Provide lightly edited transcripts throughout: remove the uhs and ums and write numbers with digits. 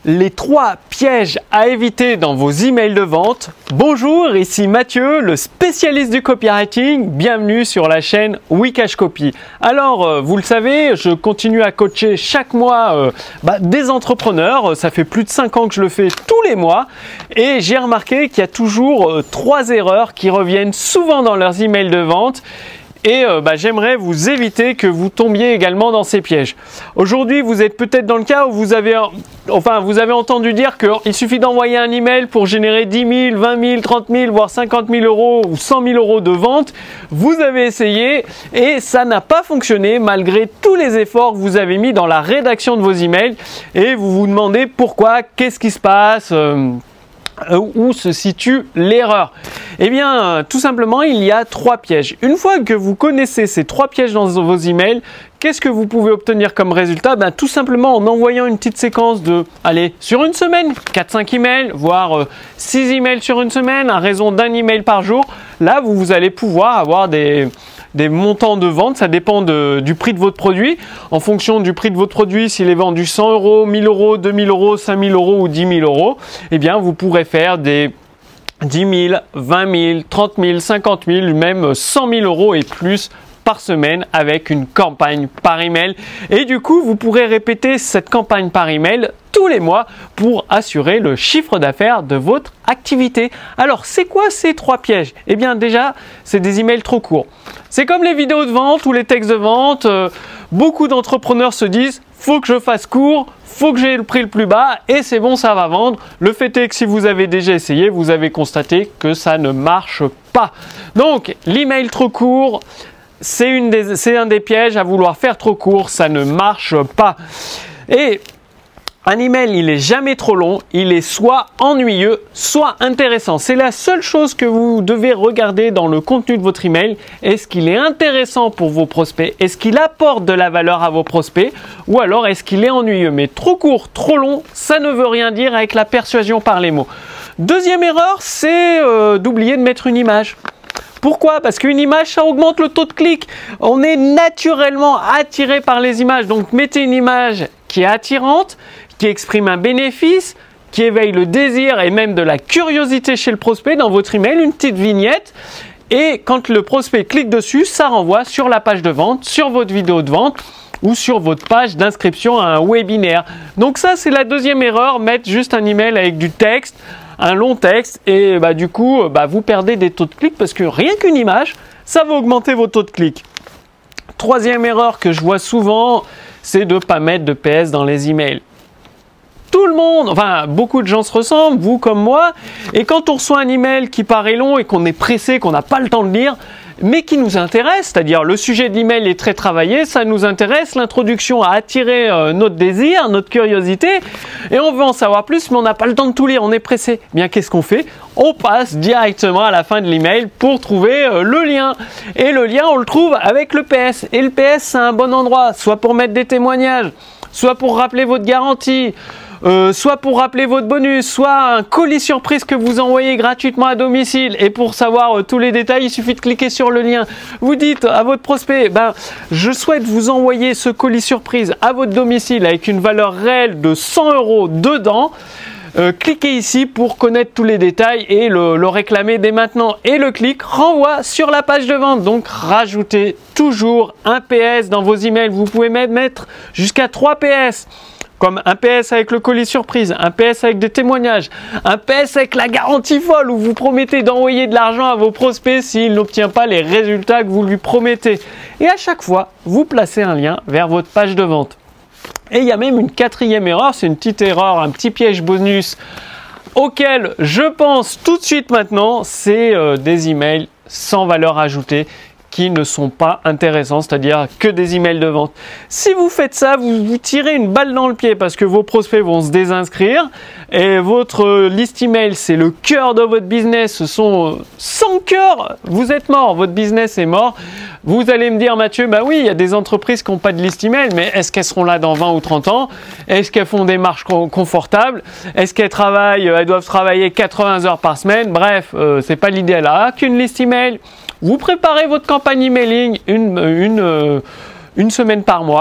Les 3 pièges à éviter dans vos emails de vente. Bonjour, ici Mathieu, le spécialiste du copywriting. Bienvenue sur la chaîne Wikash Copy. Alors, vous le savez, je continue à coacher chaque mois des entrepreneurs. Ça fait plus de 5 ans que je le fais tous les mois. Et j'ai remarqué qu'il y a toujours 3 erreurs qui reviennent souvent dans leurs emails de vente. Et j'aimerais vous éviter que vous tombiez également dans ces pièges. Aujourd'hui, vous êtes peut-être dans le cas où vous avez entendu dire qu'il suffit d'envoyer un email pour générer 10 000, 20 000, 30 000, voire 50 000 euros ou 100 000 euros de vente. Vous avez essayé et ça n'a pas fonctionné malgré tous les efforts que vous avez mis dans la rédaction de vos emails. Et vous vous demandez pourquoi, qu'est-ce qui se passe où se situe l'erreur? Eh bien, tout simplement, il y a 3 pièges. Une fois que vous connaissez ces 3 pièges dans vos emails, qu'est-ce que vous pouvez obtenir comme résultat? Tout simplement en envoyant une petite séquence de, sur une semaine, 4-5 emails, voire 6 emails sur une semaine, à raison d'un email par jour. Là, vous allez pouvoir avoir des montants de vente, ça dépend du prix de votre produit. En fonction du prix de votre produit, s'il est vendu 100 euros, 1000 euros, 2000 euros, 5000 euros ou 10 000 euros, eh bien, vous pourrez faire des 10 000, 20 000, 30 000, 50 000, même 100 000 euros et plus par semaine avec une campagne par email. Et du coup, vous pourrez répéter cette campagne par email tous les mois pour assurer le chiffre d'affaires de votre activité. Alors, c'est quoi ces 3 pièges? Eh bien, déjà, c'est des emails trop courts. C'est comme les vidéos de vente ou les textes de vente. Beaucoup d'entrepreneurs se disent « faut que je fasse court, faut que j'ai le prix le plus bas et c'est bon, ça va vendre ». Le fait est que si vous avez déjà essayé, vous avez constaté que ça ne marche pas. Donc, l'email trop court, c'est un des pièges à vouloir faire trop court, ça ne marche pas. Et un email, il est jamais trop long, il est soit ennuyeux, soit intéressant. C'est la seule chose que vous devez regarder dans le contenu de votre email. Est-ce qu'il est intéressant pour vos prospects? Est-ce qu'il apporte de la valeur à vos prospects? Ou alors est-ce qu'il est ennuyeux? Mais trop court, trop long, ça ne veut rien dire avec la persuasion par les mots. Deuxième erreur, c'est d'oublier de mettre une image. Pourquoi? Parce qu'une image, ça augmente le taux de clic. On est naturellement attiré par les images. Donc, mettez une image qui est attirante, qui exprime un bénéfice, qui éveille le désir et même de la curiosité chez le prospect dans votre email, une petite vignette. Et quand le prospect clique dessus, ça renvoie sur la page de vente, sur votre vidéo de vente ou sur votre page d'inscription à un webinaire. Donc ça, c'est la deuxième erreur, mettre juste un email avec du texte, un long texte et du coup, vous perdez des taux de clic parce que rien qu'une image, ça va augmenter vos taux de clic. Troisième erreur que je vois souvent, c'est de ne pas mettre de PS dans les emails. Tout le monde, beaucoup de gens se ressemblent, vous comme moi, et quand on reçoit un email qui paraît long et qu'on est pressé, qu'on n'a pas le temps de lire, mais qui nous intéresse, c'est-à-dire le sujet de l'email est très travaillé, ça nous intéresse, l'introduction a attiré notre désir, notre curiosité, et on veut en savoir plus, mais on n'a pas le temps de tout lire, on est pressé. Bien, qu'est-ce qu'on fait? On passe directement à la fin de l'email pour trouver le lien. Et le lien, on le trouve avec le PS. Et le PS, c'est un bon endroit, soit pour mettre des témoignages, soit pour rappeler votre garantie, soit pour rappeler votre bonus, soit un colis surprise que vous envoyez gratuitement à domicile. Et pour savoir tous les détails, il suffit de cliquer sur le lien. Vous dites à votre prospect, je souhaite vous envoyer ce colis surprise à votre domicile avec une valeur réelle de 100 euros dedans. Cliquez ici pour connaître tous les détails et le réclamer dès maintenant. Et le clic renvoie sur la page de vente. Donc, rajoutez toujours un PS dans vos emails. Vous pouvez même mettre jusqu'à 3 PS. Comme un PS avec le colis surprise, un PS avec des témoignages, un PS avec la garantie folle où vous promettez d'envoyer de l'argent à vos prospects s'il n'obtient pas les résultats que vous lui promettez. Et à chaque fois, vous placez un lien vers votre page de vente. Et il y a même une 4e erreur, c'est une petite erreur, un petit piège bonus auquel je pense tout de suite maintenant, c'est des emails sans valeur ajoutée qui ne sont pas intéressants, c'est-à-dire que des emails de vente. Si vous faites ça, vous tirez une balle dans le pied parce que vos prospects vont se désinscrire et votre liste email, c'est le cœur de votre business. Ce sont sans cœur, vous êtes mort, votre business est mort. Vous allez me dire, Mathieu, oui, il y a des entreprises qui n'ont pas de liste email, mais est-ce qu'elles seront là dans 20 ou 30 ans? Est-ce qu'elles font des marches confortables? Est-ce qu'elles doivent travailler 80 heures par semaine? Bref, c'est pas l'idéal. Qu'une liste email. Vous préparez votre campagne emailing une semaine par mois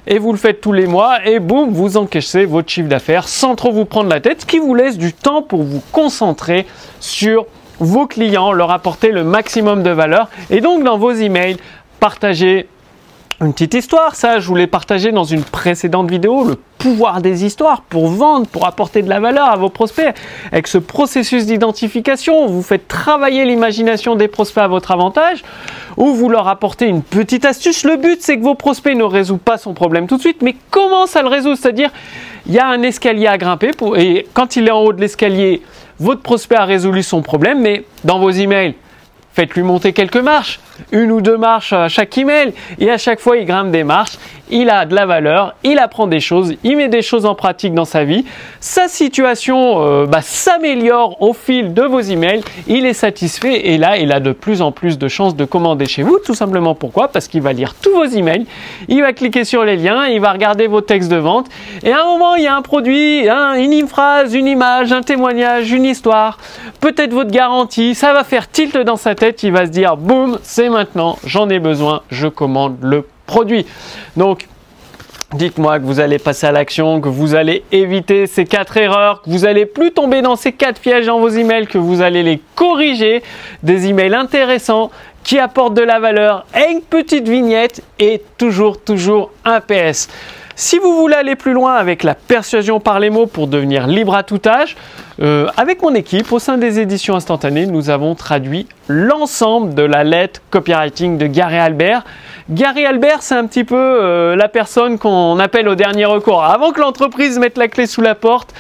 et vous le faites tous les mois et boum, vous encaissez votre chiffre d'affaires sans trop vous prendre la tête, ce qui vous laisse du temps pour vous concentrer sur vos clients, leur apporter le maximum de valeur. Et donc dans vos emails, partagez une petite histoire. Ça, je vous l'ai partagé dans une précédente vidéo, le pouvoir des histoires pour vendre, pour apporter de la valeur à vos prospects. Avec ce processus d'identification, vous faites travailler l'imagination des prospects à votre avantage ou vous leur apportez une petite astuce. Le but, c'est que vos prospects ne résolvent pas son problème tout de suite, mais commencent à le résoudre. C'est-à-dire, il y a un escalier à grimper et quand il est en haut de l'escalier, votre prospect a résolu son problème, mais dans vos emails, faites-lui monter quelques marches, 1 ou 2 marches à chaque email, et à chaque fois il grimpe des marches, il a de la valeur, il apprend des choses, il met des choses en pratique dans sa vie, sa situation s'améliore au fil de vos emails, il est satisfait et là il a de plus en plus de chances de commander chez vous, tout simplement pourquoi ? Parce qu'il va lire tous vos emails, il va cliquer sur les liens, il va regarder vos textes de vente et à un moment il y a un produit, une phrase, une image, un témoignage, une histoire, peut-être votre garantie, ça va faire tilt dans sa tête, il va se dire boum, c'est maintenant, j'en ai besoin, je commande le produit. Donc, dites-moi que vous allez passer à l'action, que vous allez éviter ces 4 erreurs, que vous allez plus tomber dans ces 4 pièges dans vos emails, que vous allez les corriger, des emails intéressants qui apportent de la valeur et une petite vignette et toujours un PS. Si vous voulez aller plus loin avec la persuasion par les mots pour devenir libre à tout âge, avec mon équipe, au sein des éditions instantanées, nous avons traduit l'ensemble de la lettre copywriting de Gary Halbert. Gary Halbert, c'est un petit peu la personne qu'on appelle au dernier recours. Avant que l'entreprise mette la clé sous la porte,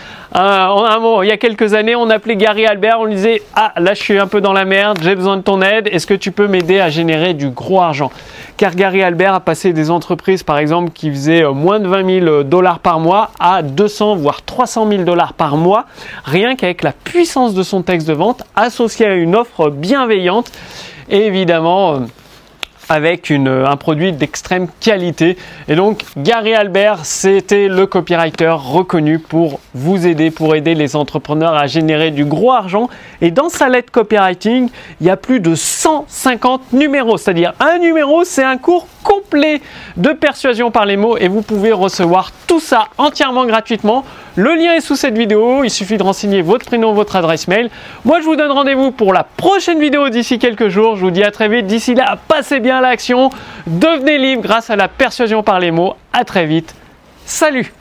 il y a quelques années, on appelait Gary Halbert, on lui disait « Ah, là je suis un peu dans la merde, j'ai besoin de ton aide, est-ce que tu peux m'aider à générer du gros argent ?» Car Gary Halbert a passé des entreprises, par exemple, qui faisaient moins de 20 000 $ par mois à 200 voire 300 000 $ par mois, rien qu'avec la puissance de son texte de vente associé à une offre bienveillante et évidemment avec un produit d'extrême qualité. Et donc Gary Halbert, c'était le copywriter reconnu pour vous aider, pour aider les entrepreneurs à générer du gros argent. Et dans sa lettre copywriting, il y a plus de 150 numéros, c'est-à-dire un numéro, c'est un cours complet de persuasion par les mots et vous pouvez recevoir tout ça entièrement gratuitement. Le lien est sous cette vidéo, il suffit de renseigner votre prénom, votre adresse mail. Moi, je vous donne rendez-vous pour la prochaine vidéo d'ici quelques jours. Je vous dis à très vite. D'ici là, passez bien à l'action, devenez libre grâce à la persuasion par les mots. À très vite. Salut!